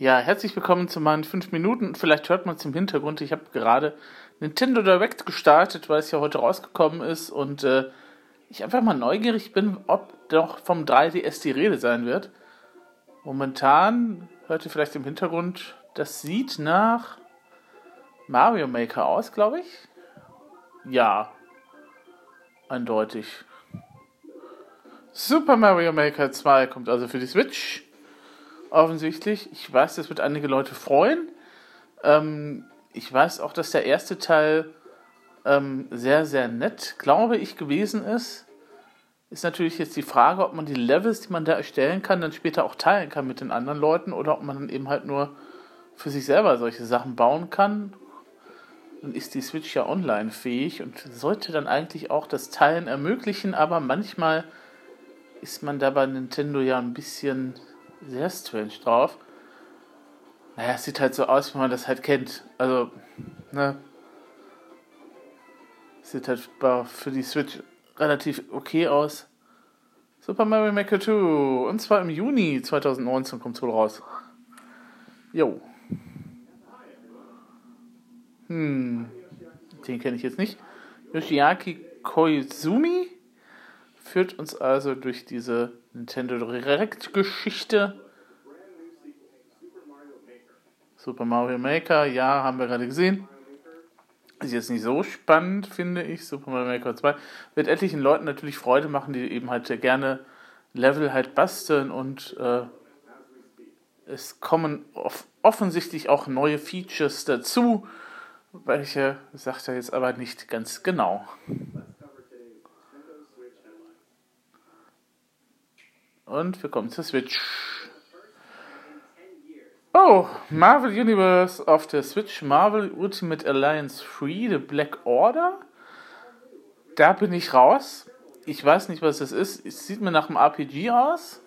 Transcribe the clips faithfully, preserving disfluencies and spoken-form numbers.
Ja, herzlich willkommen zu meinen fünf Minuten. Vielleicht hört man es im Hintergrund. Ich habe gerade Nintendo Direct gestartet, weil es ja heute rausgekommen ist und äh, ich einfach mal neugierig bin, ob doch vom drei D S die Rede sein wird. Momentan hört ihr vielleicht im Hintergrund, das sieht nach Mario Maker aus, glaube ich. Ja, eindeutig. Super Mario Maker zwei kommt also für die Switch. Offensichtlich. Ich weiß, das wird einige Leute freuen. Ähm, ich weiß auch, dass der erste Teil ähm, sehr, sehr nett, glaube ich, gewesen ist. Ist natürlich jetzt die Frage, ob man die Levels, die man da erstellen kann, dann später auch teilen kann mit den anderen Leuten oder ob man dann eben halt nur für sich selber solche Sachen bauen kann. Dann ist die Switch ja online fähig und sollte dann eigentlich auch das Teilen ermöglichen, aber manchmal ist man da bei Nintendo ja ein bisschen sehr strange drauf. Naja, es sieht halt so aus, wie man das halt kennt. Also, ne. Sieht halt für die Switch relativ okay aus. Super Mario Maker zwei. Und zwar im Juni zwanzig neunzehn kommt es wohl raus. Jo. Hm. Den kenne ich jetzt nicht. Yoshiaki Koizumi führt uns also durch diese Nintendo Direct-Geschichte. Super Mario Maker, ja, haben wir gerade gesehen. Ist jetzt nicht so spannend, finde ich. Super Mario Maker zwei wird etlichen Leuten natürlich Freude machen, die eben halt gerne Level halt basteln und äh, es kommen off- offensichtlich auch neue Features dazu, welche sagt er jetzt aber nicht ganz genau. Und wir kommen zur Switch. Oh, Marvel Universe auf der Switch, Marvel Ultimate Alliance drei, The Black Order. Da bin ich raus. Ich weiß nicht, was das ist. Es sieht mir nach einem R P G aus.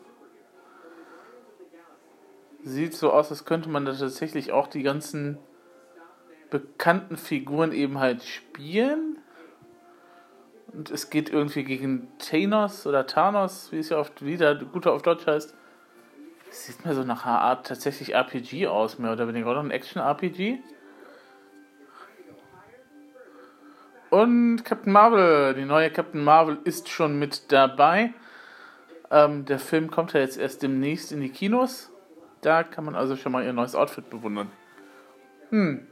Sieht so aus, als könnte man da tatsächlich auch die ganzen bekannten Figuren eben halt spielen. Und es geht irgendwie gegen Thanos oder Thanos, wie es ja oft wieder guter auf Deutsch heißt. Es sieht mir so nach einer Art tatsächlich R P G aus, mehr oder weniger, oder ein Action-R P G. Und Captain Marvel, die neue Captain Marvel ist schon mit dabei. Ähm, der Film kommt ja jetzt erst demnächst in die Kinos. Da kann man also schon mal ihr neues Outfit bewundern. Hm.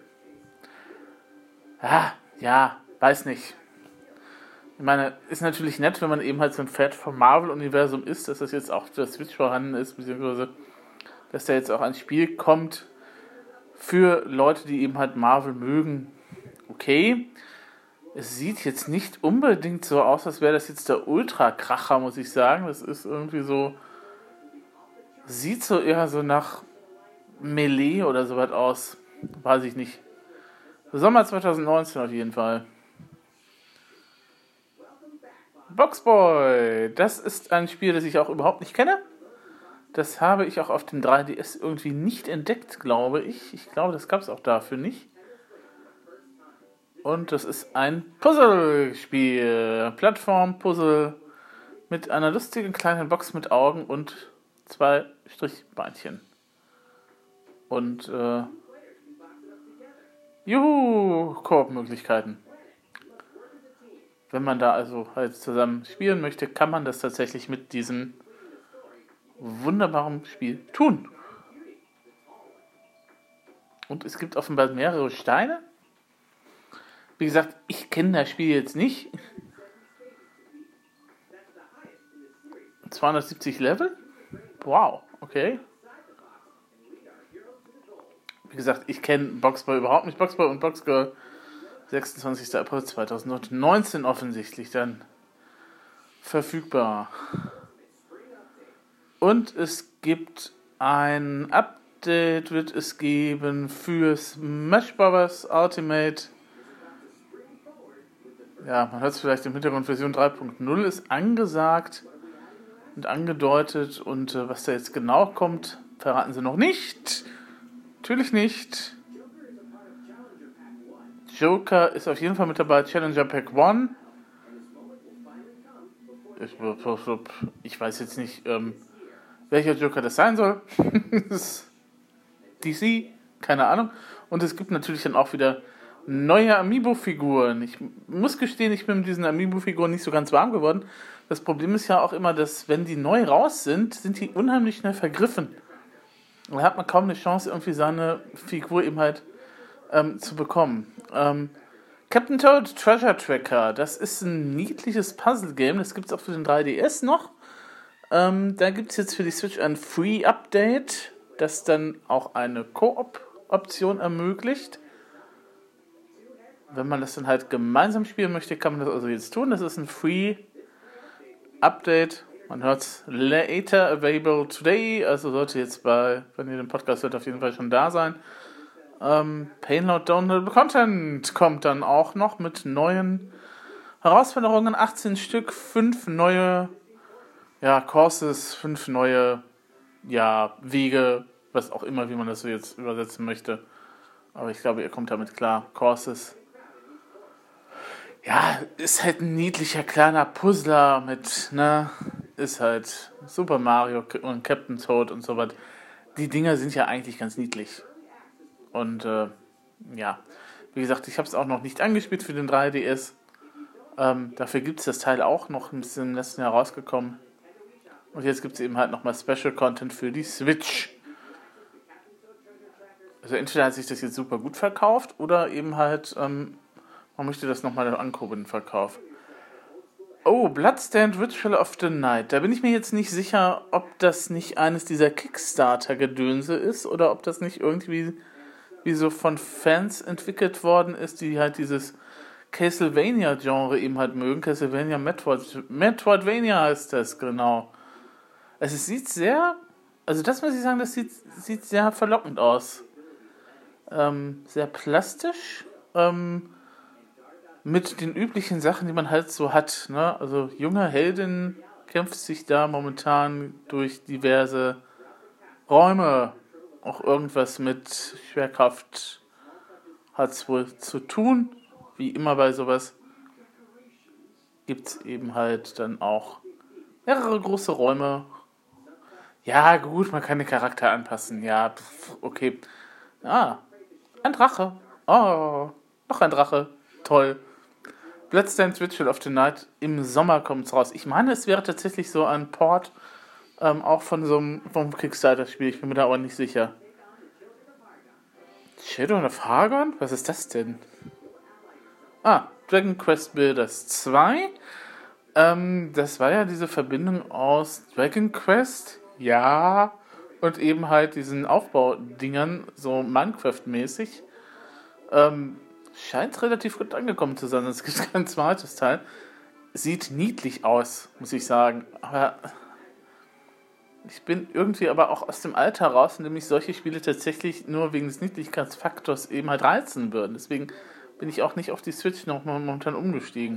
Ah, ja, weiß nicht. Ich meine, ist natürlich nett, wenn man eben halt so ein Fan vom Marvel-Universum ist, dass das jetzt auch für das Switch vorhanden ist, beziehungsweise dass da jetzt auch ein Spiel kommt für Leute, die eben halt Marvel mögen. Okay. Es sieht jetzt nicht unbedingt so aus, als wäre das jetzt der Ultra-Kracher, muss ich sagen. Das ist irgendwie so, sieht so eher so nach Melee oder sowas aus. Weiß ich nicht. Sommer zwanzig neunzehn auf jeden Fall. Boxboy, das ist ein Spiel, das ich auch überhaupt nicht kenne. Das habe ich auch auf dem drei D S irgendwie nicht entdeckt, glaube ich. Ich glaube, das gab es auch dafür nicht. Und das ist ein Puzzlespiel. Plattform-Puzzle mit einer lustigen kleinen Box mit Augen und zwei Strichbeinchen. Und, äh, juhu, Koop-Möglichkeiten. Wenn man da also halt zusammen spielen möchte, kann man das tatsächlich mit diesem wunderbaren Spiel tun. Und es gibt offenbar mehrere Steine. Wie gesagt, ich kenne das Spiel jetzt nicht. zweihundertsiebzig Level? Wow, okay. Wie gesagt, ich kenne Boxboy überhaupt nicht. Boxboy und Boxgirl sechsundzwanzigster April zweitausendneunzehn offensichtlich dann verfügbar. Und es gibt ein Update, wird es geben für Smash Bros. Ultimate. Ja, man hört es vielleicht im Hintergrund, Version drei Punkt null ist angesagt und angedeutet. Und äh, was da jetzt genau kommt, verraten sie noch nicht. Natürlich nicht. Joker ist auf jeden Fall mit dabei, Challenger Pack eins. Ich, ich weiß jetzt nicht, ähm, welcher Joker das sein soll. D C, keine Ahnung. Und es gibt natürlich dann auch wieder neue Amiibo-Figuren. Ich muss gestehen, ich bin mit diesen Amiibo-Figuren nicht so ganz warm geworden. Das Problem ist ja auch immer, dass wenn die neu raus sind, sind die unheimlich schnell vergriffen. Da hat man kaum eine Chance, irgendwie seine Figur eben halt ähm, zu bekommen. Ähm, Captain Toad Treasure Tracker, das ist ein niedliches Puzzle-Game. Das gibt es auch für den drei D S noch. Ähm, da gibt es jetzt für die Switch ein Free-Update, das dann auch eine Koop-Option ermöglicht. Wenn man das dann halt gemeinsam spielen möchte, kann man das also jetzt tun. Das ist ein Free-Update. Man hört es later available today. Also sollte jetzt bei, wenn ihr den Podcast hört, auf jeden Fall schon da sein. Ähm, Payload Downloadable Content kommt dann auch noch mit neuen Herausforderungen. achtzehn Stück, fünf neue ja, Courses, fünf neue ja, Wege, was auch immer, wie man das so jetzt übersetzen möchte. Aber ich glaube, ihr kommt damit klar. Courses. Ja, ist halt ein niedlicher kleiner Puzzler mit, ne, ist halt Super Mario und Captain Toad und so was. Die Dinger sind ja eigentlich ganz niedlich. Und äh, ja, wie gesagt, ich habe es auch noch nicht angespielt für den drei D S. Ähm, dafür gibt es das Teil auch noch ein bisschen im letzten Jahr rausgekommen. Und jetzt gibt es eben halt nochmal Special Content für die Switch. Also entweder hat sich das jetzt super gut verkauft oder eben halt, ähm, man möchte das nochmal ankurbeln, den Verkauf. Oh, Bloodstained Ritual of the Night. Da bin ich mir jetzt nicht sicher, ob das nicht eines dieser Kickstarter-Gedönse ist oder ob das nicht irgendwie wie so von Fans entwickelt worden ist, die halt dieses Castlevania-Genre eben halt mögen. Castlevania Metroid, Metroidvania heißt das, genau. Also es sieht sehr, also das muss ich sagen, das sieht, sieht sehr verlockend aus. Ähm, sehr plastisch, ähm, mit den üblichen Sachen, die man halt so hat, ne? Also junge Heldin kämpft sich da momentan durch diverse Räume. Auch irgendwas mit Schwerkraft hat es wohl zu tun. Wie immer bei sowas gibt es eben halt dann auch mehrere große Räume. Ja, gut, man kann den Charakter anpassen. Ja, pf, okay. Ah, ein Drache. Oh, noch ein Drache. Toll. Bloodstained Ritual of the Night. Im Sommer kommt es raus. Ich meine, es wäre tatsächlich so ein Port ähm, auch von so einem vom Kickstarter-Spiel. Ich bin mir da aber nicht sicher. Shadow of Hargon? Was ist das denn? Ah, Dragon Quest Builders zwei. Ähm, das war ja diese Verbindung aus Dragon Quest, ja, und eben halt diesen Aufbaudingern, so Minecraft-mäßig. Ähm, scheint relativ gut angekommen zu sein. Es gibt kein zweites Teil. Sieht niedlich aus, muss ich sagen. Aber ich bin irgendwie aber auch aus dem Alter raus, in dem mich solche Spiele tatsächlich nur wegen des Niedlichkeitsfaktors eben halt reizen würden. Deswegen bin ich auch nicht auf die Switch noch momentan umgestiegen.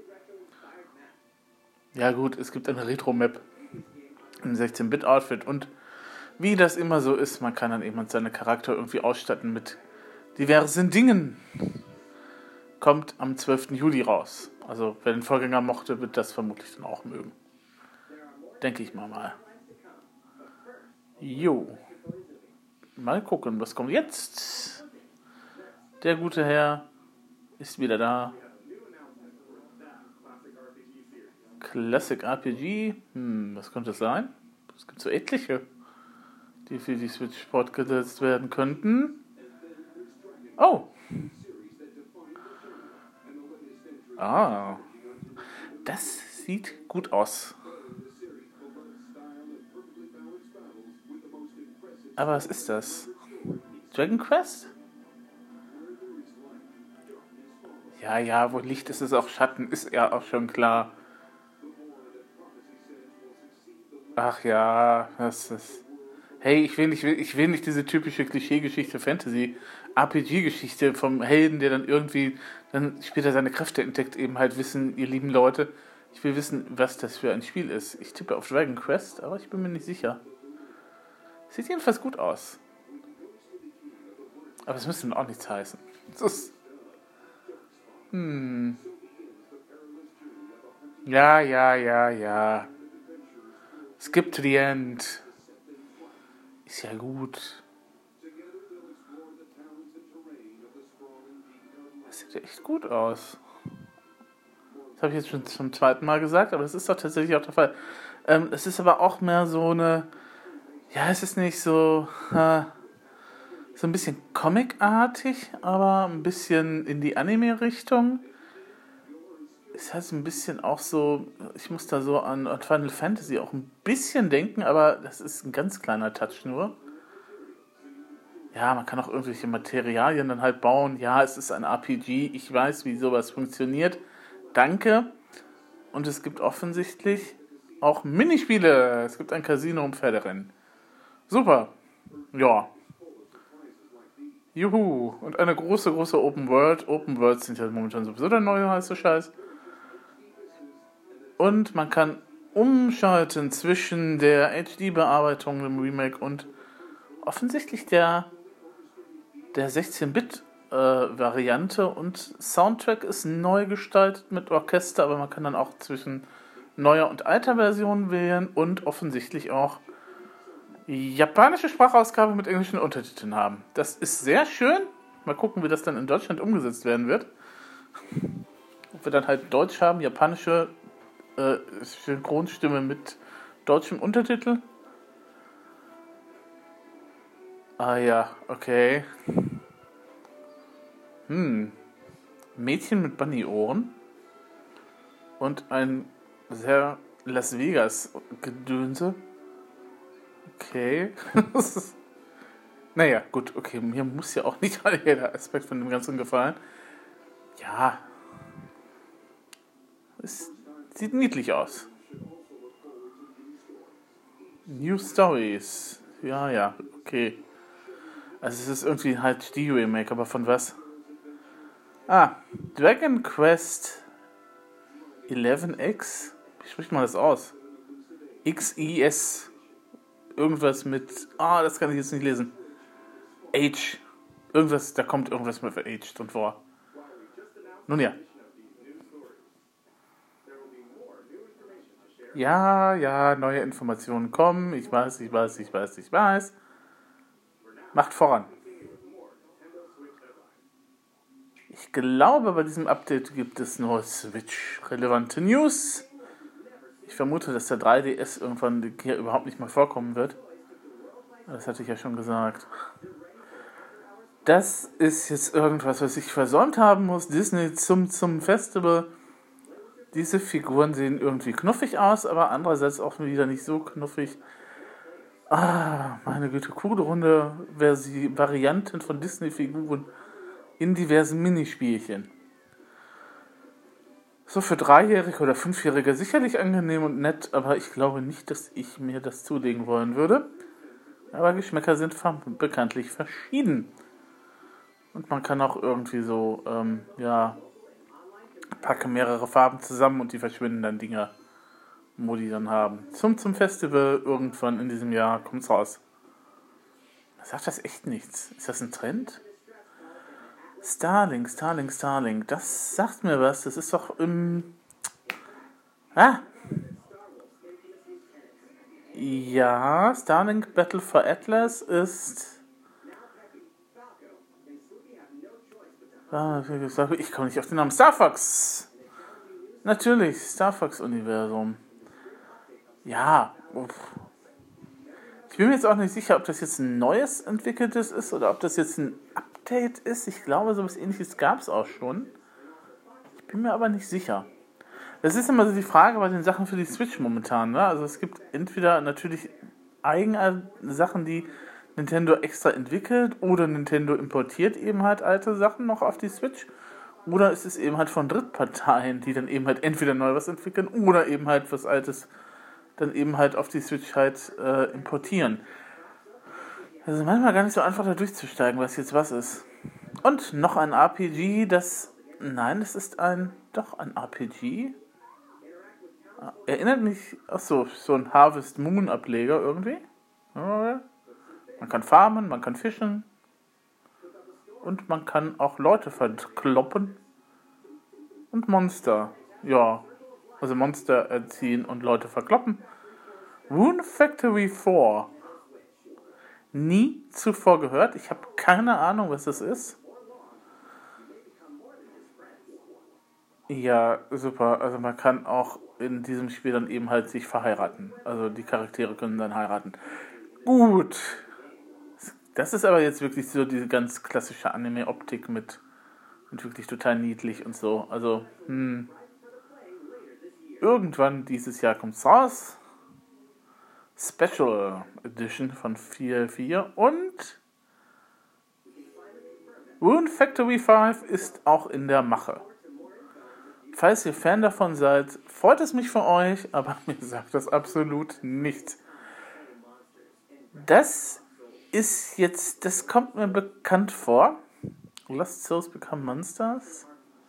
Ja gut, es gibt eine Retro-Map, ein sechzehn-Bit-Outfit und wie das immer so ist, man kann dann eben seine Charakter irgendwie ausstatten mit diversen Dingen. Kommt am zwölften Juli raus. Also wer den Vorgänger mochte, wird das vermutlich dann auch mögen. Denke ich mal mal. Jo. Mal gucken, was kommt jetzt. Der gute Herr ist wieder da. Classic R P G. Hm, was könnte es sein? Es gibt so etliche, die für die Switch fortgesetzt werden könnten. Oh. Ah. Das sieht gut aus. Aber was ist das? Dragon Quest? Ja, ja, wo Licht ist, ist auch Schatten, ist ja auch schon klar. Ach ja, das ist... Hey, ich will nicht, ich will nicht diese typische Klischee-Geschichte, Fantasy-R P G-Geschichte vom Helden, der dann irgendwie dann später seine Kräfte entdeckt, eben halt wissen, ihr lieben Leute. Ich will wissen, was das für ein Spiel ist. Ich tippe auf Dragon Quest, aber ich bin mir nicht sicher. Sieht jedenfalls gut aus. Aber es müsste auch nichts heißen. Das ist... Hm. Ja, ja, ja, ja. Skip to the end. Ist ja gut. sieht ja echt gut aus. Das habe ich jetzt schon zum zweiten Mal gesagt, aber das ist doch tatsächlich auch der Fall. Ähm, es ist aber auch mehr so eine, ja, es ist nicht so, äh, so ein bisschen comicartig, aber ein bisschen in die Anime-Richtung. Es hat ein bisschen auch so, ich muss da so an, an Final Fantasy auch ein bisschen denken, aber das ist ein ganz kleiner Touch nur. Ja, man kann auch irgendwelche Materialien dann halt bauen. Ja, es ist ein R P G, ich weiß, wie sowas funktioniert. Danke. Und es gibt offensichtlich auch Minispiele. Es gibt ein Casino um Pferderennen. Super. Ja. Juhu. Und eine große, große Open World. Open Worlds sind ja momentan sowieso der neue heiße Scheiß. Und man kann umschalten zwischen der H D-Bearbeitung, dem Remake und offensichtlich der, der sechzehn-Bit-Variante. Und Soundtrack ist neu gestaltet mit Orchester, aber man kann dann auch zwischen neuer und alter Version wählen und offensichtlich auch japanische Sprachausgabe mit englischen Untertiteln haben. Das ist sehr schön. Mal gucken, wie das dann in Deutschland umgesetzt werden wird. Ob wir dann halt Deutsch haben, japanische äh, Synchronstimme mit deutschem Untertitel. Ah ja, okay. Hm. Mädchen mit Bunny-Ohren. Und ein sehr Las Vegas-Gedönse. Okay. Naja, gut, okay. Mir muss ja auch nicht jeder Aspekt von dem Ganzen gefallen. Ja. Es sieht niedlich aus. New Stories. Ja, ja, okay. Also es ist irgendwie halt H D-Remake, aber von was? Ah, Dragon Quest elf X? Wie spricht man das aus? X I S. Irgendwas mit... Ah, das kann ich jetzt nicht lesen. H. Irgendwas, da kommt irgendwas mit H drin vor. Nun ja. Ja, ja, neue Informationen kommen. Ich weiß, ich weiß, ich weiß, ich weiß. Macht voran. Ich glaube, bei diesem Update gibt es nur Switch-relevante News. Ich vermute, dass der drei D S irgendwann hier überhaupt nicht mehr vorkommen wird. Das hatte ich ja schon gesagt. Das ist jetzt irgendwas, was ich versäumt haben muss. Disney zum, zum Festival. Diese Figuren sehen irgendwie knuffig aus, aber andererseits auch wieder nicht so knuffig. Ah, meine Güte, Kugelrunde, Versi- Varianten von Disney-Figuren in diversen Minispielchen. So für Dreijährige oder Fünfjährige sicherlich angenehm und nett, aber ich glaube nicht, dass ich mir das zulegen wollen würde. Aber Geschmäcker sind bekanntlich verschieden. Und man kann auch irgendwie so, ähm, ja, packe mehrere Farben zusammen und die verschwinden dann Dinger, wo die dann haben. Zum, zum Festival irgendwann in diesem Jahr kommt's raus. Sagt das echt nichts? Ist das ein Trend? Starlink, Starlink, Starlink. Das sagt mir was. Das ist doch im... Ah! Ja, Starlink Battle for Atlas ist... Ich komme nicht auf den Namen. Star Fox! Natürlich, Star Fox-Universum. Ja. Ich bin mir jetzt auch nicht sicher, ob das jetzt ein neues entwickeltes ist oder ob das jetzt ein Update ist. Ich glaube, so etwas Ähnliches gab es auch schon. Ich bin mir aber nicht sicher. Das ist immer so die Frage bei den Sachen für die Switch momentan. Ne? Also es gibt entweder natürlich eigene Sachen, die Nintendo extra entwickelt, oder Nintendo importiert eben halt alte Sachen noch auf die Switch. Oder ist es eben halt von Drittparteien, die dann eben halt entweder neu was entwickeln oder eben halt was Altes dann eben halt auf die Switch halt äh, importieren. Also manchmal gar nicht so einfach da durchzusteigen, was jetzt was ist. Und noch ein R P G, das... Nein, das ist ein... Doch, ein R P G. Erinnert mich... Achso, so ein Harvest Moon Ableger irgendwie. Man kann farmen, man kann fischen. Und man kann auch Leute verkloppen. Und Monster. Ja. Also Monster erziehen und Leute verkloppen. Rune Factory vier. Nie zuvor gehört. Ich habe keine Ahnung, was das ist. Ja, super. Also man kann auch in diesem Spiel dann eben halt sich verheiraten. Also die Charaktere können dann heiraten. Gut. Das ist aber jetzt wirklich so diese ganz klassische Anime-Optik mit, mit wirklich total niedlich und so. Also, hm. Irgendwann dieses Jahr kommt Source Special Edition von vier Punkt vier und Rune Factory fünf ist auch in der Mache. Falls ihr Fan davon seid, freut es mich für euch, aber mir sagt das absolut nichts. Das ist jetzt, das kommt mir bekannt vor. Lost Souls Become Monsters.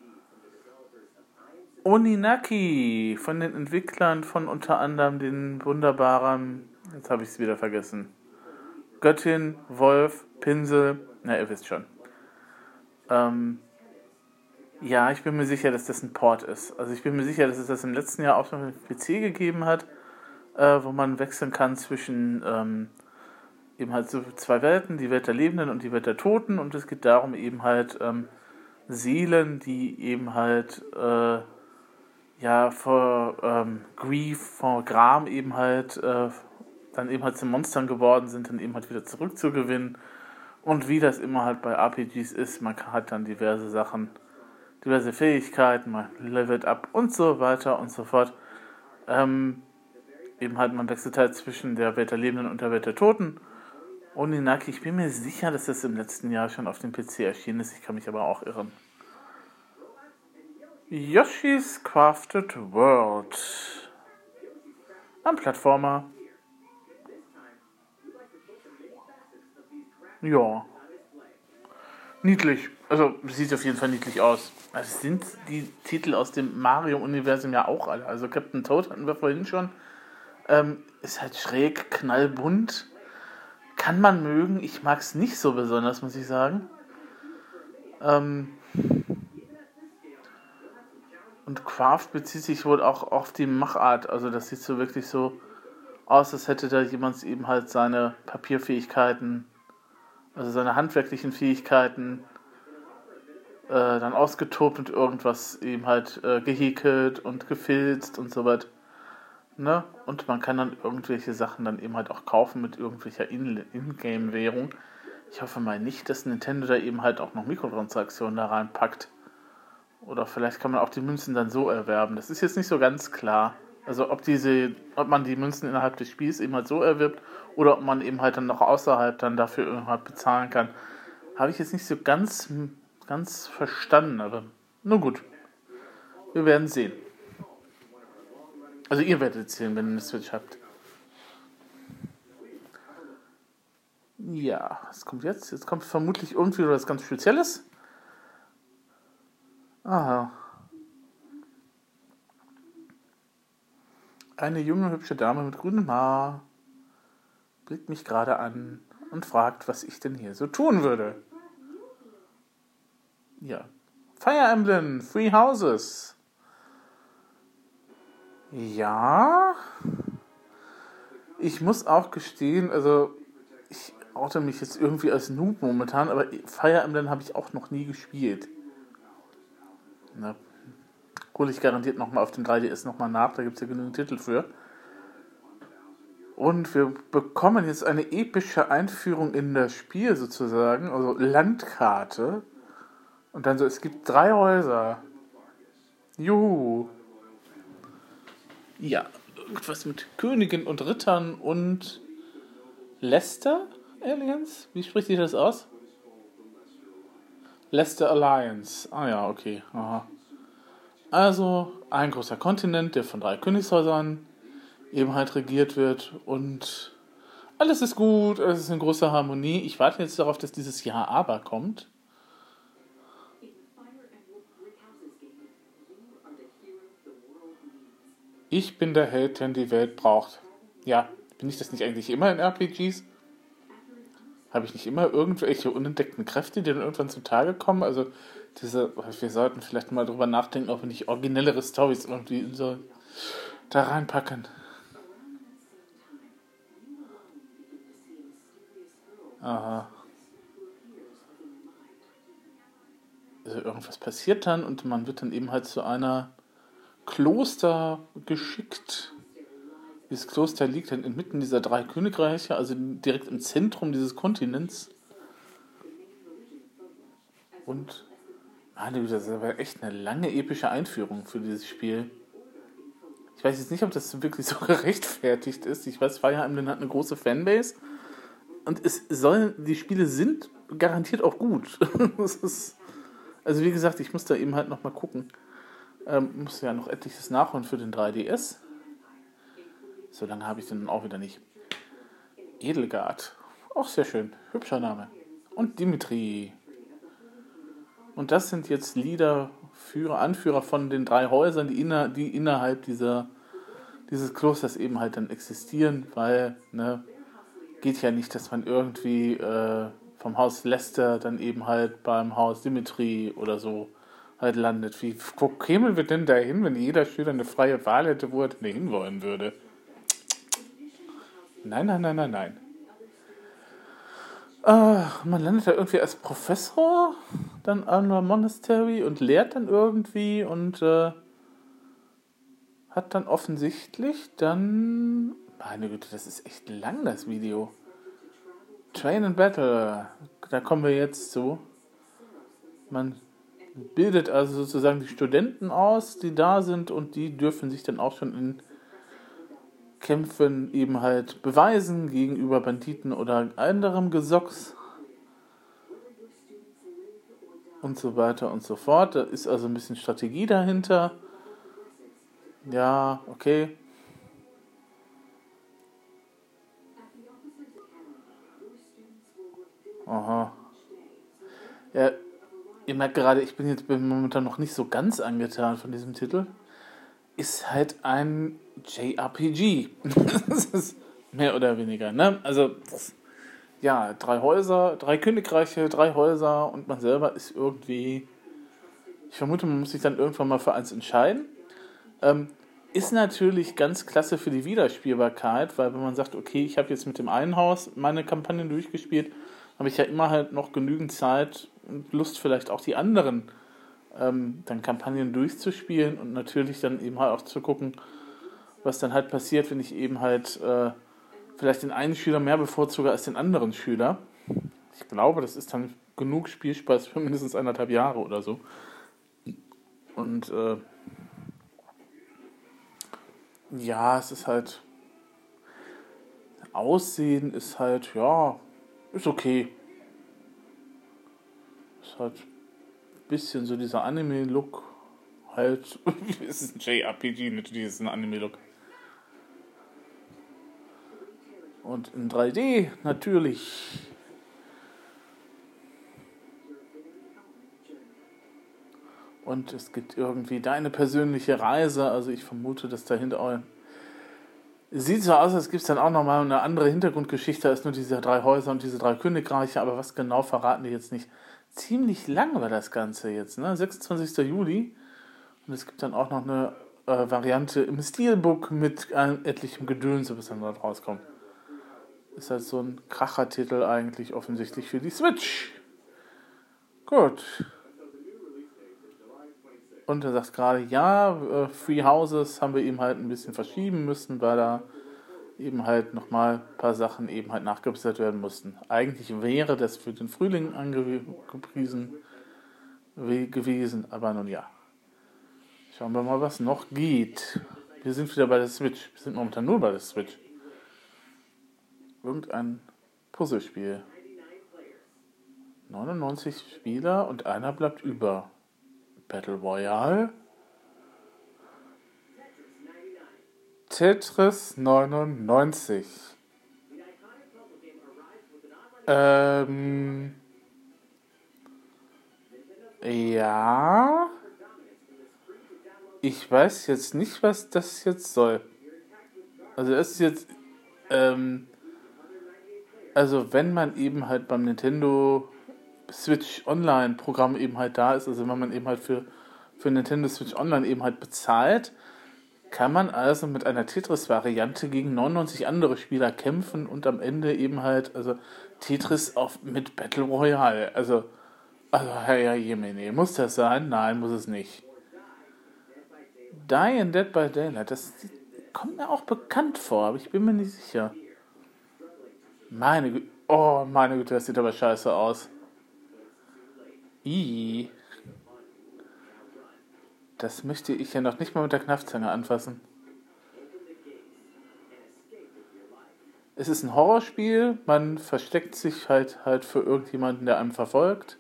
Oninaki von den Entwicklern von unter anderem den wunderbaren, jetzt habe ich es wieder vergessen, Göttin, Wolf, Pinsel, na ihr wisst schon. Ähm, ja, ich bin mir sicher, dass das ein Port ist. Also ich bin mir sicher, dass es das im letzten Jahr auch schon auf dem P C gegeben hat, äh, wo man wechseln kann zwischen ähm, eben halt so zwei Welten, die Welt der Lebenden und die Welt der Toten. Und es geht darum eben halt ähm, Seelen, die eben halt äh, ja vor ähm, Grief, vor Gram eben halt äh, dann eben halt zu Monstern geworden sind, dann eben halt wieder zurückzugewinnen. Und wie das immer halt bei R P Gs ist, man hat dann diverse Sachen, diverse Fähigkeiten, man levelt ab und so weiter und so fort. Ähm, eben halt, man wechselt halt zwischen der Welt der Lebenden und der Welt der Toten. Oninaki, ich bin mir sicher, dass das im letzten Jahr schon auf dem P C erschienen ist, ich kann mich aber auch irren. Yoshi's Crafted World. Ein Plattformer. Ja. Niedlich. Also, sieht auf jeden Fall niedlich aus. Also sind die Titel aus dem Mario-Universum ja auch alle. Also Captain Toad hatten wir vorhin schon. Ähm, ist halt schräg, knallbunt. Kann man mögen. Ich mag es nicht so besonders, muss ich sagen. Ähm, und Craft bezieht sich wohl auch auf die Machart. Also das sieht so wirklich so aus, als hätte da jemand eben halt seine Papierfähigkeiten, also seine handwerklichen Fähigkeiten äh, dann ausgetobt und irgendwas eben halt äh, gehäkelt und gefilzt und so was. Ne? Und man kann dann irgendwelche Sachen dann eben halt auch kaufen mit irgendwelcher In- Ingame-Währung. Ich hoffe mal nicht, dass Nintendo da eben halt auch noch Mikrotransaktionen da reinpackt. Oder vielleicht kann man auch die Münzen dann so erwerben. Das ist jetzt nicht so ganz klar. Also ob diese, ob man die Münzen innerhalb des Spiels eben halt so erwirbt oder ob man eben halt dann noch außerhalb dann dafür irgendwas bezahlen kann. Habe ich jetzt nicht so ganz, ganz verstanden, aber nur gut. Wir werden sehen. Also ihr werdet sehen, wenn ihr eine Switch habt. Ja, was kommt jetzt? Jetzt kommt vermutlich irgendwie was ganz Spezielles. Aha. Eine junge, hübsche Dame mit grünem Haar blickt mich gerade an und fragt, was ich denn hier so tun würde. Ja. Fire Emblem, Three Houses. Ja. Ich muss auch gestehen, also ich oute mich jetzt irgendwie als Noob momentan, aber Fire Emblem habe ich auch noch nie gespielt. Na, hole ich garantiert nochmal auf dem drei D S nochmal nach, da gibt es ja genügend Titel für. Und wir bekommen jetzt eine epische Einführung in das Spiel sozusagen, also Landkarte. Und dann so, es gibt drei Häuser. Juhu. Ja, irgendwas mit Königen und Rittern und Leicester Alliance? Wie spricht sich das aus? Leicester Alliance. Ah ja, okay. Aha. Also ein großer Kontinent, der von drei Königshäusern eben halt regiert wird und alles ist gut, alles ist in großer Harmonie. Ich warte jetzt darauf, dass dieses Jahr aber kommt. Ich bin der Held, den die Welt braucht. Ja, bin ich das nicht eigentlich immer in R P Gs? Habe ich nicht immer irgendwelche unentdeckten Kräfte, die dann irgendwann zutage kommen? Also, diese, wir sollten vielleicht mal drüber nachdenken, ob wir nicht originellere Storys irgendwie so da reinpacken. Aha. also irgendwas passiert dann und man wird dann eben halt zu einer Kloster geschickt. Dieses Kloster liegt dann inmitten dieser drei Königreiche, also direkt im Zentrum dieses Kontinents. Und meine Güte, das war echt eine lange epische Einführung für dieses Spiel. Ich weiß jetzt nicht, ob das wirklich so gerechtfertigt ist. Ich weiß, Fire Emblem hat eine große Fanbase. Und es soll, die Spiele sind garantiert auch gut. Das ist, also wie gesagt, ich muss da eben halt nochmal gucken. Ähm, muss ja noch etliches nachholen für den drei D S. So lange habe ich den auch wieder nicht. Edelgard. Auch sehr schön. Hübscher Name. Und Dimitri. Und das sind jetzt Lieder, Führer, Anführer von den drei Häusern, die, inner, die innerhalb dieser, dieses Klosters eben halt dann existieren, weil, ne, geht ja nicht, dass man irgendwie äh, vom Haus Lester dann eben halt beim Haus Dimitri oder so halt landet. Wie, wo kämen wir denn da hin, wenn jeder Schüler eine freie Wahl hätte, wo er denn hin wollen würde? Nein, nein, nein, nein, nein. Äh, man landet da irgendwie als Professor dann an einem Monastery und lehrt dann irgendwie und äh, hat dann offensichtlich dann... Meine Güte, das ist echt lang, das Video. Train and Battle, da kommen wir jetzt zu. Man bildet also sozusagen die Studenten aus, die da sind und die dürfen sich dann auch schon in Kämpfen eben halt beweisen gegenüber Banditen oder anderem Gesocks und so weiter und so fort. Da ist also ein bisschen Strategie dahinter. Ja, okay. Aha. Ja, ihr merkt gerade, ich bin jetzt momentan noch nicht so ganz angetan von diesem Titel. Ist halt ein J R P G. Das ist mehr oder weniger, ne? Also, ja, drei Häuser, drei Königreiche, drei Häuser und man selber ist irgendwie... Ich vermute, man muss sich dann irgendwann mal für eins entscheiden. Ähm, ist natürlich ganz klasse für die Wiederspielbarkeit, weil wenn man sagt, okay, ich habe jetzt mit dem einen Haus meine Kampagnen durchgespielt, habe ich ja immer halt noch genügend Zeit und Lust, vielleicht auch die anderen ähm, dann Kampagnen durchzuspielen und natürlich dann eben halt auch zu gucken, was dann halt passiert, wenn ich eben halt äh, vielleicht den einen Schüler mehr bevorzuge als den anderen Schüler. Ich glaube, das ist dann genug Spielspaß für mindestens eineinhalb Jahre oder so. Und äh, ja, es ist halt... Aussehen ist halt, ja... Ist okay. Ist halt ein bisschen so dieser Anime-Look. Halt, es ist ein J R P G, natürlich ist es ein Anime-Look. Und in drei D natürlich. Und es gibt irgendwie deine persönliche Reise. Also ich vermute, dass dahinter auch... Es sieht so aus, als gibt es dann auch nochmal eine andere Hintergrundgeschichte als nur diese drei Häuser und diese drei Königreiche, aber was genau verraten die jetzt nicht. Ziemlich lang war das Ganze jetzt, ne? sechsundzwanzigster Juli. Und es gibt dann auch noch eine äh, Variante im Steelbook mit äh, etlichem Gedöns, was dann dort rauskommt. Ist halt so ein Krachertitel eigentlich offensichtlich für die Switch. Gut. Und er sagt gerade, ja, äh, Free Houses haben wir eben halt ein bisschen verschieben müssen, weil da eben halt nochmal ein paar Sachen eben halt nachgebessert werden mussten. Eigentlich wäre das für den Frühling angepriesen gewesen, aber nun ja. Schauen wir mal, was noch geht. Wir sind wieder bei der Switch. Wir sind momentan nur bei der Switch. Irgendein Puzzlespiel. neunundneunzig Spieler und einer bleibt über. Battle Royale. Tetris neunundneunzig. Ähm. Ja. Ich weiß jetzt nicht, was das jetzt soll. Also das ist jetzt, ähm, also wenn man eben halt beim Nintendo Switch Online Programm eben halt da ist, also wenn man eben halt für, für Nintendo Switch Online eben halt bezahlt, kann man also mit einer Tetris-Variante gegen neunundneunzig andere Spieler kämpfen und am Ende eben halt, also Tetris auf, mit Battle Royale. Also Also, ja, Jemine, muss das sein? Nein, muss es nicht. Die and Dead by Daylight, das kommt mir auch bekannt vor, aber ich bin mir nicht sicher. Meine Güte, oh, meine Güte, das sieht aber scheiße aus. Ih. Das möchte ich ja noch nicht mal mit der Kneifzange anfassen. Es ist ein Horrorspiel, man versteckt sich halt halt für irgendjemanden, der einem verfolgt.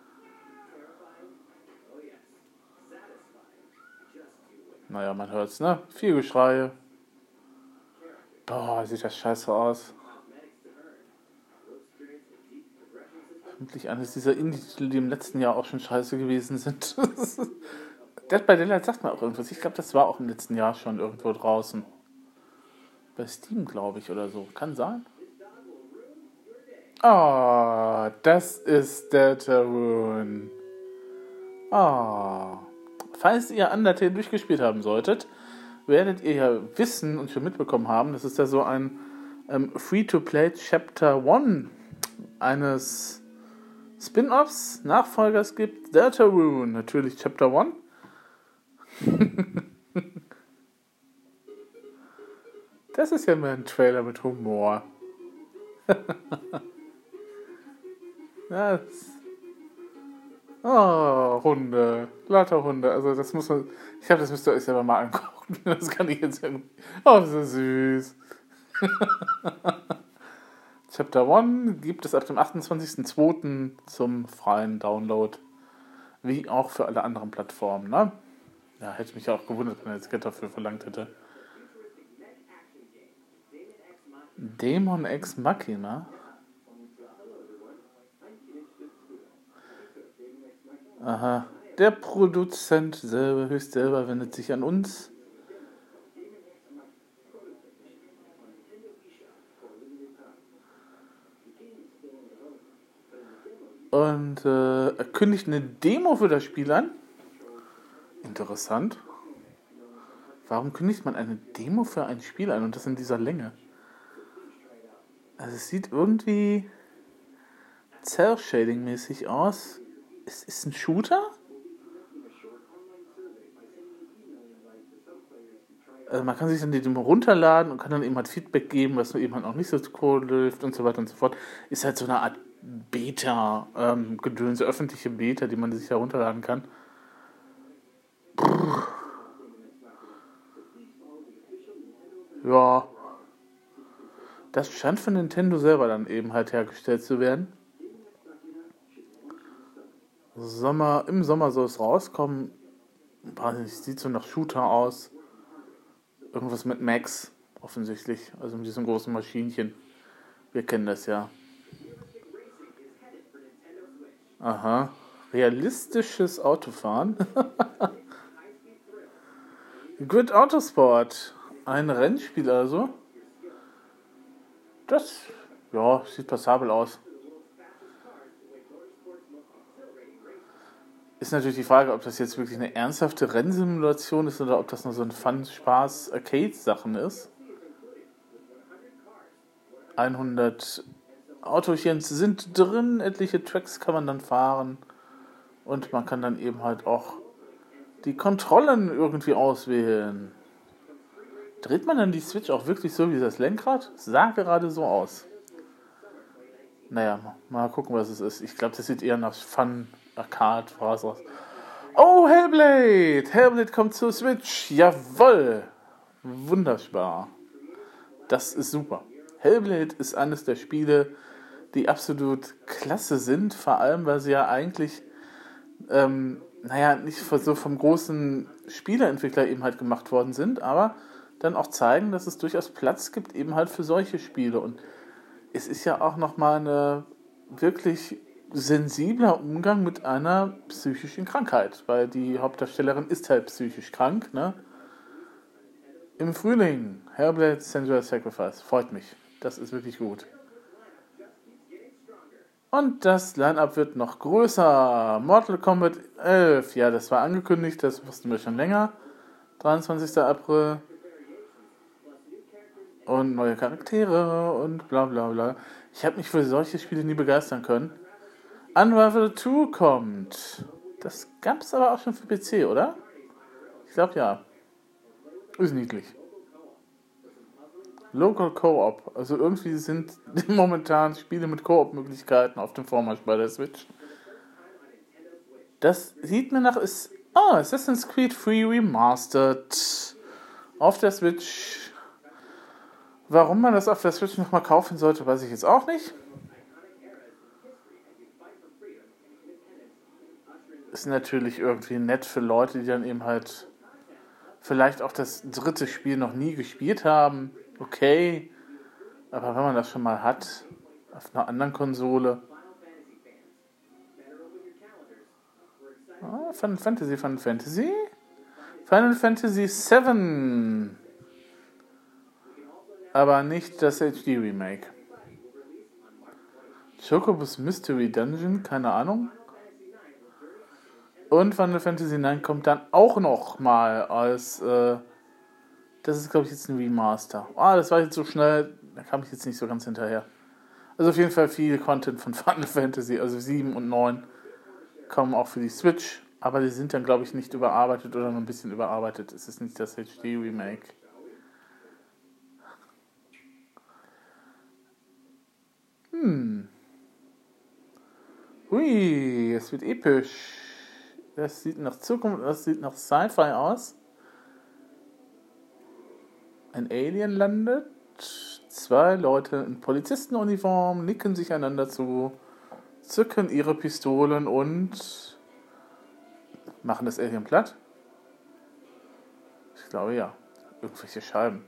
Naja, man hört's, ne? Viel Geschrei. Boah, sieht das scheiße aus. Vermutlich eines dieser Indie-Titel, die im letzten Jahr auch schon scheiße gewesen sind. Dead by Daylight sagt mir auch irgendwas. Ich glaube, das war auch im letzten Jahr schon irgendwo draußen. Bei Steam, glaube ich, oder so. Kann sein. Ah, oh, das ist Deltarune. Ah. Oh. Falls ihr Undertale durchgespielt haben solltet, werdet ihr ja wissen und schon mitbekommen haben, dass es da so ein ähm, Free-to-Play Chapter eins eines Spin-Offs, Nachfolgers gibt. Deltarune, natürlich Chapter eins. Das ist ja mal ein Trailer mit Humor. Das. Oh, Hunde. Lauter Hunde. Also das muss man. Ich glaube, das müsst ihr euch selber mal angucken. Das kann ich jetzt irgendwie. Oh, so süß. Chapter eins gibt es ab dem achtundzwanzigsten zweiten zum freien Download. Wie auch für alle anderen Plattformen, ne? Ja, hätte mich auch gewundert, wenn er jetzt Geld dafür verlangt hätte. Demon Ex Machina? Aha. Der Produzent selber, höchst selber, wendet sich an uns. Und äh, er kündigt eine Demo für das Spiel an. Interessant. Warum kündigt man eine Demo für ein Spiel an und das in dieser Länge? Also es sieht irgendwie Cell-Shading-mäßig aus. Es ist ein Shooter? Also man kann sich dann die Demo runterladen und kann dann eben halt Feedback geben, was eben halt auch nicht so cool läuft und so weiter und so fort. Ist halt so eine Art Beta-Gedöns, ähm, öffentliche Beta, die man sich herunterladen kann. Puh. Ja. Das scheint von Nintendo selber dann eben halt hergestellt zu werden. Sommer, im Sommer soll es rauskommen. Weiß nicht, sieht so nach Shooter aus. Irgendwas mit Max, offensichtlich. Also mit diesem großen Maschinchen. Wir kennen das ja. Aha. Realistisches Autofahren. Grid Autosport. Ein Rennspiel also. Das, ja, sieht passabel aus. Ist natürlich die Frage, ob das jetzt wirklich eine ernsthafte Rennsimulation ist oder ob das nur so ein Fun-Spaß-Arcade-Sachen ist. hundert Autochens sind drin, etliche Tracks kann man dann fahren und man kann dann eben halt auch die Kontrollen irgendwie auswählen. Dreht man dann die Switch auch wirklich so wie das Lenkrad? Sah gerade so aus. Naja, mal gucken, was es ist. Ich glaube, das sieht eher nach Fun Arcade was aus. Oh, Hellblade! Hellblade kommt zur Switch. Jawoll! Wunderbar. Das ist super. Hellblade ist eines der Spiele, die absolut klasse sind. Vor allem, weil sie ja eigentlich, ähm, naja, nicht so vom großen Spieleentwickler eben halt gemacht worden sind, aber dann auch zeigen, dass es durchaus Platz gibt eben halt für solche Spiele. Und es ist ja auch nochmal eine wirklich sensibler Umgang mit einer psychischen Krankheit, weil die Hauptdarstellerin ist halt psychisch krank, ne? Im Frühling, Hellblade Senua's Sacrifice, freut mich. Das ist wirklich gut. Und das Line-Up wird noch größer. Mortal Kombat elf, ja, das war angekündigt, das wussten wir schon länger. dreiundzwanzigster April. Und neue Charaktere und bla bla bla. Ich habe mich für solche Spiele nie begeistern können. Unravel zwei kommt. Das gab es aber auch schon für P C, oder? Ich glaube ja. Ist niedlich. Local Co-op. Also irgendwie sind momentan Spiele mit Co-op-Möglichkeiten auf dem Vormarsch bei der Switch. Das sieht mir nach... Ist, oh, Assassin's Creed Free Remastered. Auf der Switch. Warum man das auf der Switch nochmal kaufen sollte, weiß ich jetzt auch nicht. Ist natürlich irgendwie nett für Leute, die dann eben halt vielleicht auch das dritte Spiel noch nie gespielt haben. Okay. Aber wenn man das schon mal hat, auf einer anderen Konsole. Ah, Final Fantasy, Final Fantasy. Final Fantasy sieben. Aber nicht das H D Remake. Chocobos Mystery Dungeon, keine Ahnung. Und Final Fantasy neun kommt dann auch noch mal als, äh, das ist glaube ich jetzt ein Remaster. Ah, das war jetzt so schnell, da kam ich jetzt nicht so ganz hinterher. Also auf jeden Fall viel Content von Final Fantasy, also sieben und neun kommen auch für die Switch, aber die sind dann glaube ich nicht überarbeitet oder nur ein bisschen überarbeitet. Es ist nicht das H D Remake. Hm. Hui, es wird episch. Das sieht nach Zukunft, das sieht nach Sci-Fi aus. Ein Alien landet. Zwei Leute in Polizistenuniform nicken sich einander zu, zücken ihre Pistolen und machen das Alien platt. Ich glaube ja. Irgendwelche Scheiben.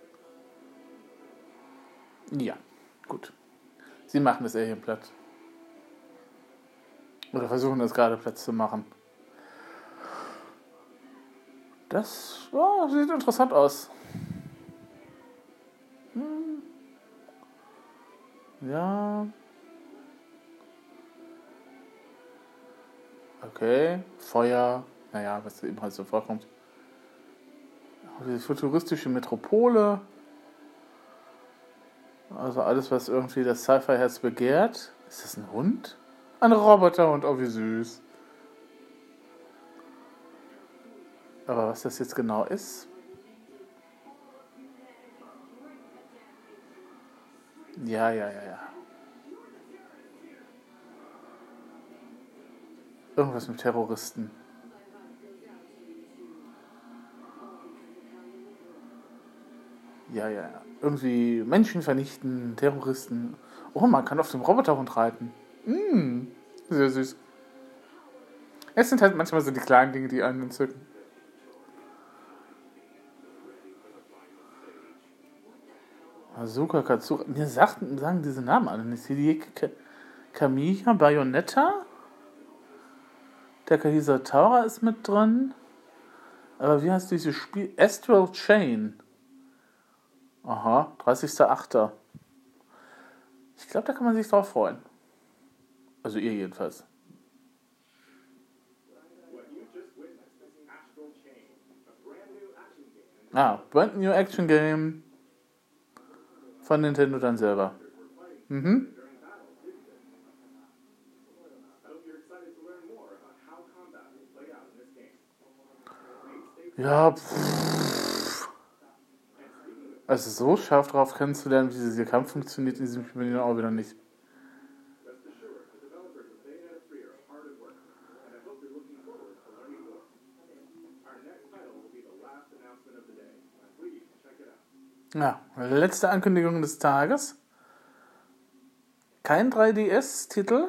Ja, gut. Sie machen das Alien platt. Oder versuchen das gerade platt zu machen. Das oh, sieht interessant aus. Hm. Ja. Okay. Feuer. Naja, was eben halt so vorkommt. Die futuristische Metropole. Also alles, was irgendwie das Sci-Fi-Herz begehrt. Ist das ein Hund? Ein Roboterhund, oh wie süß. Aber was das jetzt genau ist? Ja, ja, ja, ja. Irgendwas mit Terroristen. Ja, ja, ja. Irgendwie Menschen vernichten, Terroristen. Oh, man kann auf dem Roboterhund reiten. Mm, sehr süß. Es sind halt manchmal so die kleinen Dinge, die einen entzücken. Asuka Katsura. Mir sagten, sagen diese Namen alle nicht. Hideki Kamiya, Bayonetta. Takahisa Taura ist mit drin. Aber wie heißt dieses Spiel? Astral Chain. Aha, dreißigster achter Ich glaube, da kann man sich drauf freuen. Also ihr jedenfalls. Ah, brand new Action Game. Von Nintendo dann selber. Mhm. Ja, pff. Also so scharf drauf kennenzulernen, wie dieser Kampf funktioniert in diesem Spiel auch wieder nicht. Ja, letzte Ankündigung des Tages. Kein drei D S-Titel.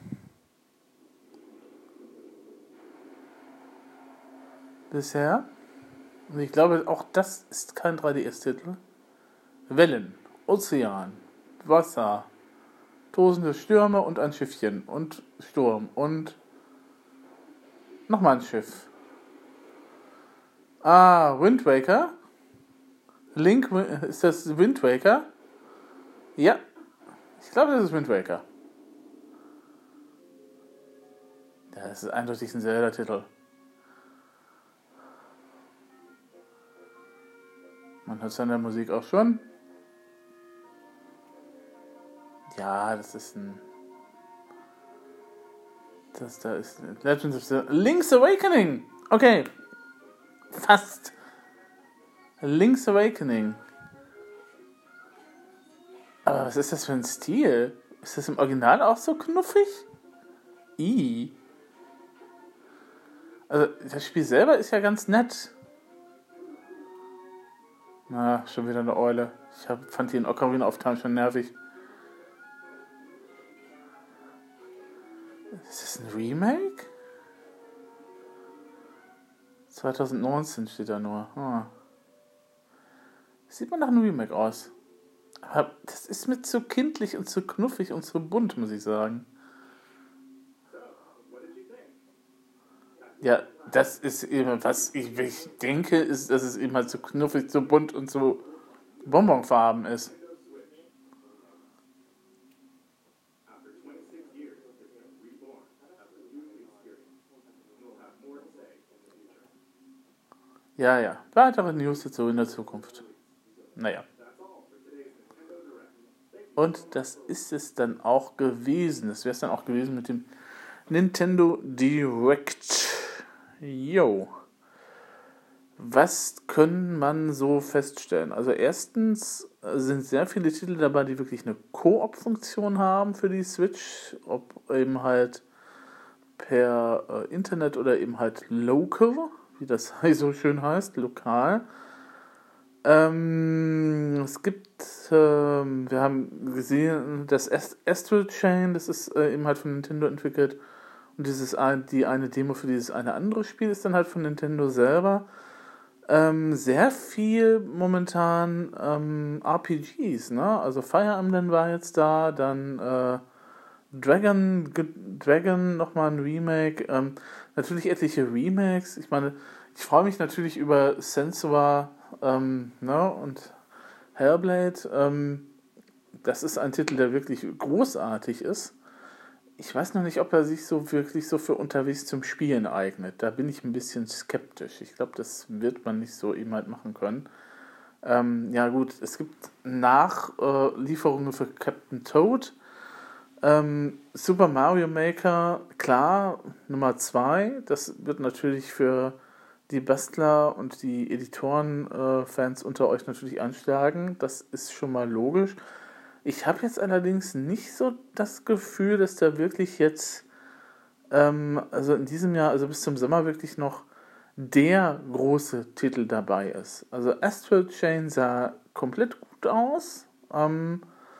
Bisher. Und ich glaube, auch das ist kein drei D S-Titel. Wellen, Ozean, Wasser, tosende Stürme und ein Schiffchen und Sturm und nochmal ein Schiff. Ah, Wind Waker. Link, ist das Wind Waker? Ja, ich glaube, das ist Wind Waker. Ja, das ist eindeutig ein Zelda-Titel. Man hört es an der Musik auch schon. Ja, das ist ein... Das da ist Legends of Zelda. Link's Awakening! Okay. Fast. Link's Awakening. Aber was ist das für ein Stil? Ist das im Original auch so knuffig? I. Also, das Spiel selber ist ja ganz nett. Na, schon wieder eine Eule. Ich hab, fand die in Ocarina of Time schon nervig. Ist das ein Remake? zwanzig neunzehn steht da nur. Hm. Sieht man nach einem Remake aus. Aber das ist mir zu kindlich und zu knuffig und zu bunt, muss ich sagen. Ja, das ist eben, was ich, ich denke, ist, dass es eben halt so knuffig, so bunt und so bonbonfarben ist. Ja, ja. Weitere News dazu in der Zukunft. Naja. Und das ist es dann auch gewesen. Das wäre es dann auch gewesen mit dem Nintendo Direct. Jo. Was kann man so feststellen? Also erstens sind sehr viele Titel dabei, die wirklich eine Koop-Funktion haben für die Switch. Ob eben halt per äh, Internet oder eben halt local, wie das so schön heißt, lokal. Ähm, es gibt, ähm, wir haben gesehen, das Ast- Astral Chain, das ist äh, eben halt von Nintendo entwickelt. Und dieses ein, die eine Demo für dieses eine andere Spiel ist dann halt von Nintendo selber. Ähm, sehr viel momentan ähm, R P Gs, ne? Also Fire Emblem war jetzt da, dann äh, Dragon, Dragon nochmal ein Remake, ähm, natürlich etliche Remakes. Ich meine, ich freue mich natürlich über Sensua ähm, ne? und Hellblade. Ähm, das ist ein Titel, der wirklich großartig ist. Ich weiß noch nicht, ob er sich so wirklich so für unterwegs zum Spielen eignet. Da bin ich ein bisschen skeptisch. Ich glaube, das wird man nicht so eben halt machen können. Ähm, ja gut, es gibt Nachlieferungen äh, für Captain Toad. Ähm, Super Mario Maker, klar, Nummer zwei. Das wird natürlich für die Bastler und die Editoren-Fans äh, unter euch natürlich anschlagen. Das ist schon mal logisch. Ich habe jetzt allerdings nicht so das Gefühl, dass da wirklich jetzt, ähm, also in diesem Jahr, also bis zum Sommer wirklich noch der große Titel dabei ist. Also Astral Chain sah komplett gut aus. Ähm,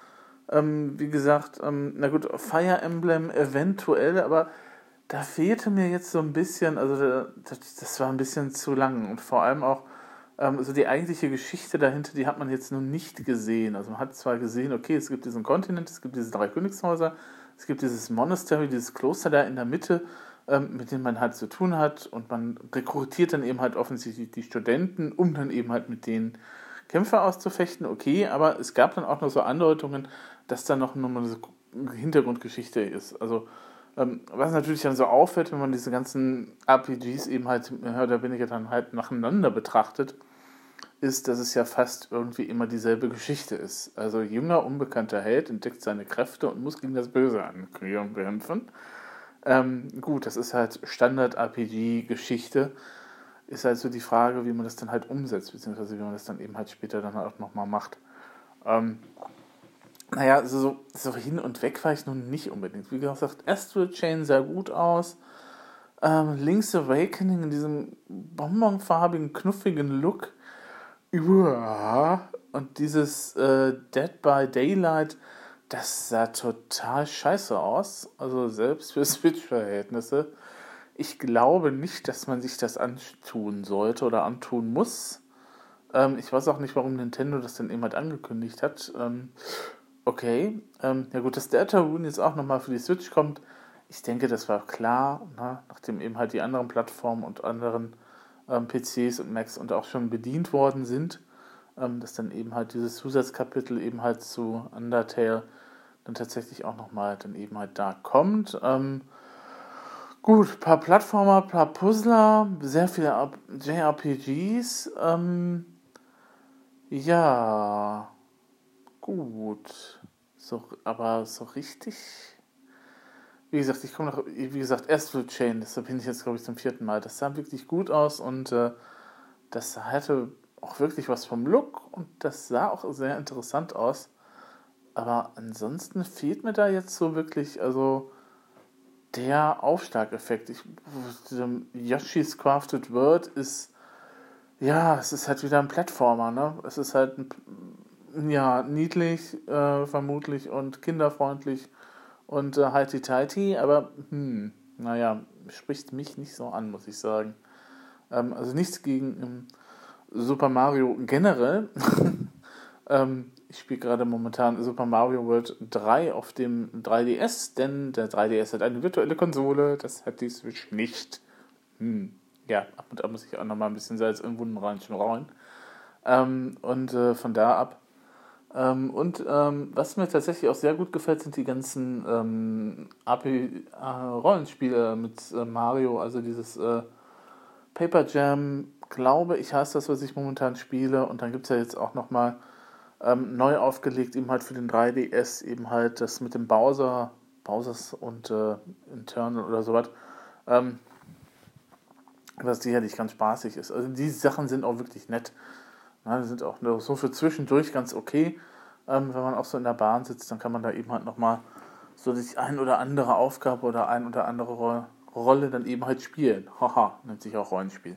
ähm, wie gesagt, ähm, na gut, Fire Emblem eventuell, aber da fehlte mir jetzt so ein bisschen, also das, das war ein bisschen zu lang und vor allem auch ähm, so die eigentliche Geschichte dahinter, die hat man jetzt noch nicht gesehen. Also man hat zwar gesehen, okay, es gibt diesen Kontinent, es gibt diese drei Königshäuser, es gibt dieses Monastery, dieses Kloster da in der Mitte, ähm, mit dem man halt zu tun hat und man rekrutiert dann eben halt offensichtlich die Studenten, um dann eben halt mit denen Kämpfe auszufechten, okay, aber es gab dann auch noch so Andeutungen, dass da noch eine Hintergrundgeschichte ist. Also ähm, was natürlich dann so auffällt, wenn man diese ganzen R P Gs eben halt mehr oder weniger dann halt nacheinander betrachtet, ist, dass es ja fast irgendwie immer dieselbe Geschichte ist. Also junger, unbekannter Held entdeckt seine Kräfte und muss gegen das Böse ankämpfen. Ähm, gut, das ist halt Standard-R P G-Geschichte. Ist halt so die Frage, wie man das dann halt umsetzt, beziehungsweise wie man das dann eben halt später dann halt auch nochmal macht. Ähm, naja, so, so hin und weg war ich nun nicht unbedingt. Wie gesagt, Astral Chain sah gut aus. Ähm, Link's Awakening in diesem bonbonfarbigen, knuffigen Look. Uah. Und dieses äh, Dead by Daylight, das sah total scheiße aus. Also selbst für Switch-Verhältnisse. Ich glaube nicht, dass man sich das antun sollte oder antun muss. Ähm, ich weiß auch nicht, warum Nintendo das dann eben halt angekündigt hat. Ähm, okay. Ähm, ja gut, dass Deltarune jetzt auch nochmal für die Switch kommt. Ich denke, das war klar, ne? Nachdem eben halt die anderen Plattformen und anderen ähm, P Cs und Macs und auch schon bedient worden sind, ähm, dass dann eben halt dieses Zusatzkapitel eben halt zu Undertale dann tatsächlich auch nochmal dann eben halt da kommt. Ähm, gut, paar Plattformer, paar Puzzler, sehr viele J R P Gs. Ähm, ja, gut. So, aber so richtig, wie gesagt, ich komme noch, wie gesagt, Astral Chain, deshalb bin ich jetzt, glaube ich, zum vierten Mal. Das sah wirklich gut aus und äh, das hatte auch wirklich was vom Look und das sah auch sehr interessant aus. Aber ansonsten fehlt mir da jetzt so wirklich, also der Aufschlageffekt. Ich, Yoshi's Crafted World ist, ja, es ist halt wieder ein Plattformer, ne? Es ist halt, ein, ja, niedlich, äh, vermutlich und kinderfreundlich und äh, heiti-teiti, aber, hm, naja, spricht mich nicht so an, muss ich sagen. Ähm, also nichts gegen ähm, Super Mario generell. ähm, ich spiele gerade momentan Super Mario World drei auf dem drei D S, denn der drei D S hat eine virtuelle Konsole, das hat die Switch nicht. Hm. Ja, ab und an muss ich auch nochmal ein bisschen Salz in den Wunden reinschneiden. Ähm, und äh, von da ab. Ähm, und ähm, was mir tatsächlich auch sehr gut gefällt, sind die ganzen ähm, A P-Rollenspiele mit äh, Mario, also dieses äh, Paper Jam, glaube ich, heißt das, was ich momentan spiele. Und dann gibt es ja jetzt auch nochmal ähm, neu aufgelegt, eben halt für den drei D S, eben halt das mit dem Bowser, Bowsers und äh, Internal oder sowas. Ähm, was sicherlich ganz spaßig ist. Also die Sachen sind auch wirklich nett. Ja, die sind auch so für zwischendurch ganz okay. Ähm, wenn man auch so in der Bahn sitzt, dann kann man da eben halt nochmal so die ein oder andere Aufgabe oder ein oder andere Ro- Rolle dann eben halt spielen. Haha, nennt sich auch Rollenspiel.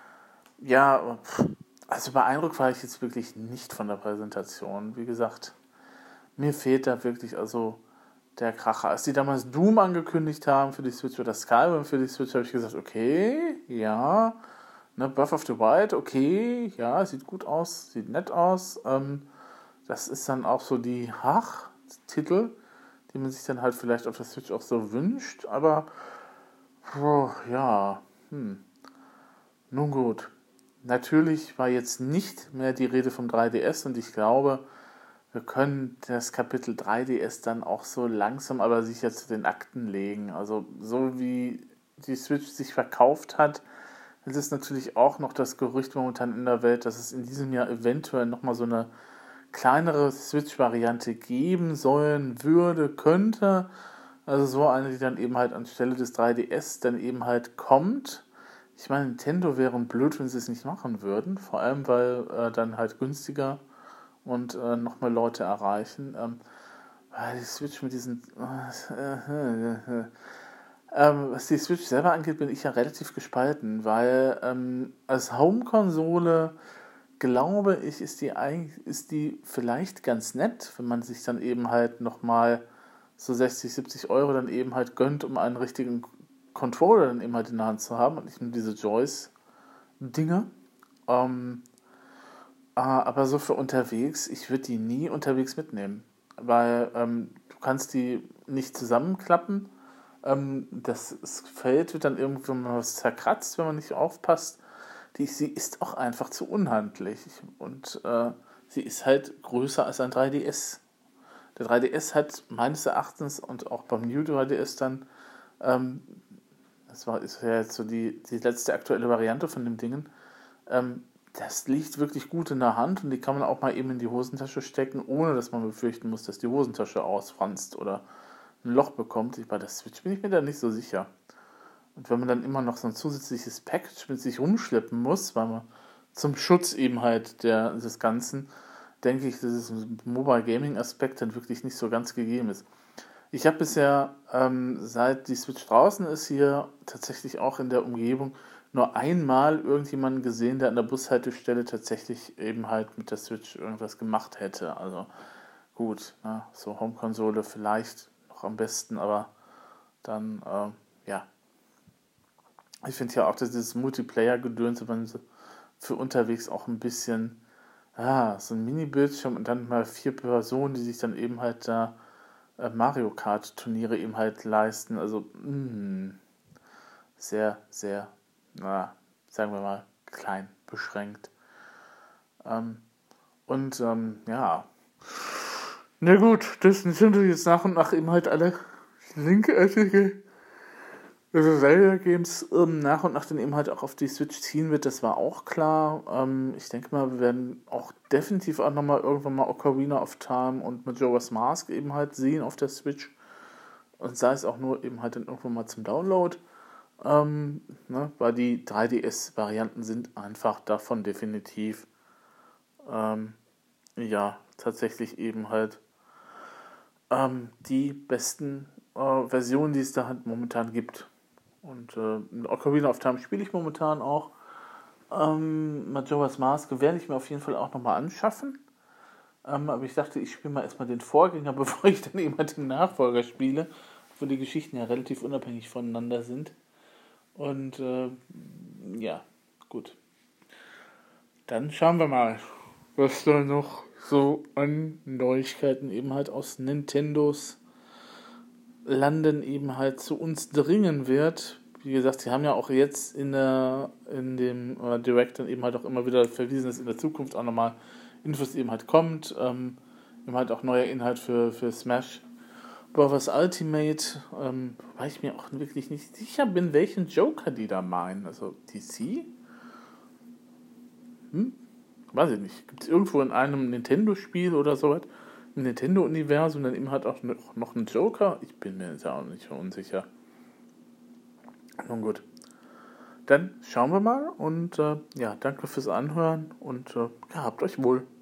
Ja, also beeindruckt war ich jetzt wirklich nicht von der Präsentation. Wie gesagt, mir fehlt da wirklich also der Kracher. Als die damals Doom angekündigt haben für die Switch oder Skyrim für die Switch, habe ich gesagt, okay, ja, ne, Breath of the Wild, okay, ja, sieht gut aus, sieht nett aus. Ähm, das ist dann auch so die Hach-Titel, die man sich dann halt vielleicht auf der Switch auch so wünscht, aber oh, ja, hm, nun gut. Natürlich war jetzt nicht mehr die Rede vom drei D S und ich glaube, wir können das Kapitel drei D S dann auch so langsam aber sicher zu den Akten legen. Also so wie die Switch sich verkauft hat, ist es natürlich auch noch das Gerücht momentan in der Welt, dass es in diesem Jahr eventuell nochmal so eine kleinere Switch-Variante geben sollen würde, könnte. Also so eine, die dann eben halt anstelle des drei D S dann eben halt kommt. Ich meine, Nintendo wäre blöd, wenn sie es nicht machen würden. Vor allem, weil äh, dann halt günstiger und äh, noch mehr Leute erreichen. Ähm, weil die Switch mit diesen... Äh, ähm, was die Switch selber angeht, bin ich ja relativ gespalten, weil ähm, als Home-Konsole glaube ich, ist die, ist die vielleicht ganz nett, wenn man sich dann eben halt nochmal so sechzig, siebzig Euro dann eben halt gönnt, um einen richtigen Controller dann eben halt in der Hand zu haben und nicht nur diese Joyce-Dinger. Ähm, aber so für unterwegs, ich würde die nie unterwegs mitnehmen, weil ähm, du kannst die nicht zusammenklappen. Ähm, das Feld wird dann irgendwann mal was zerkratzt, wenn man nicht aufpasst. Die, sie ist auch einfach zu unhandlich und äh, sie ist halt größer als ein drei D S. Der drei D S hat meines Erachtens und auch beim New drei D S dann, ähm, das war, ist ja jetzt so die, die letzte aktuelle Variante von dem Dingen, ähm, das liegt wirklich gut in der Hand und die kann man auch mal eben in die Hosentasche stecken, ohne dass man befürchten muss, dass die Hosentasche ausfranst oder ein Loch bekommt. Bei der Switch bin ich mir da nicht so sicher. Und wenn man dann immer noch so ein zusätzliches Package mit sich rumschleppen muss, weil man zum Schutz eben halt der, des Ganzen, denke ich, dass es im Mobile Gaming Aspekt dann wirklich nicht so ganz gegeben ist. Ich habe bisher, ähm, seit die Switch draußen ist, hier tatsächlich auch in der Umgebung nur einmal irgendjemanden gesehen, der an der Bushaltestelle tatsächlich eben halt mit der Switch irgendwas gemacht hätte. Also gut, ne, so Home-Konsole vielleicht noch am besten, aber dann, ähm, ja. Ich finde ja auch, dass dieses Multiplayer-Gedöns für unterwegs auch ein bisschen, ah, so ein Mini-Bildschirm und dann mal vier Personen, die sich dann eben halt da äh, Mario Kart-Turniere eben halt leisten. Also, mh, sehr, sehr, na, sagen wir mal, klein, beschränkt. Ähm, und, ähm, ja. Na gut, das sind jetzt nach und nach eben halt alle linkartige also Zelda-Games ähm, nach und nach dann eben halt auch auf die Switch ziehen wird, das war auch klar. Ähm, ich denke mal, wir werden auch definitiv auch nochmal irgendwann mal Ocarina of Time und Majora's Mask eben halt sehen auf der Switch. und sei es auch nur eben halt dann irgendwo mal zum Download, ähm, ne, weil die drei D S-Varianten sind einfach davon definitiv ähm, ja, tatsächlich eben halt ähm, die besten äh, Versionen, die es da halt momentan gibt. Und äh, Ocarina of Time spiele ich momentan auch. Ähm, Majora's Mask werde ich mir auf jeden Fall auch nochmal anschaffen. Ähm, aber ich dachte, ich spiele mal erstmal den Vorgänger, bevor ich dann eben halt den Nachfolger spiele, wo die Geschichten ja relativ unabhängig voneinander sind. Und äh, ja, gut. Dann schauen wir mal, was da noch so an Neuigkeiten eben halt aus Nintendos Landen eben halt zu uns dringen wird. Wie gesagt, sie haben ja auch jetzt in der in dem äh, Direct dann eben halt auch immer wieder verwiesen, dass in der Zukunft auch nochmal Infos eben halt kommt. Ähm, eben halt auch neuer Inhalt für, für Smash Bros. Ultimate, ähm, weil ich mir auch wirklich nicht sicher bin, welchen Joker die da meinen. Also D C? Hm? Weiß ich nicht. Gibt es irgendwo in einem Nintendo-Spiel oder sowas, im Nintendo-Universum, dann eben halt auch noch, noch einen Joker? Ich bin mir jetzt auch nicht so unsicher. Nun gut. Dann schauen wir mal und äh, ja, danke fürs Anhören und äh, ja, habt euch wohl.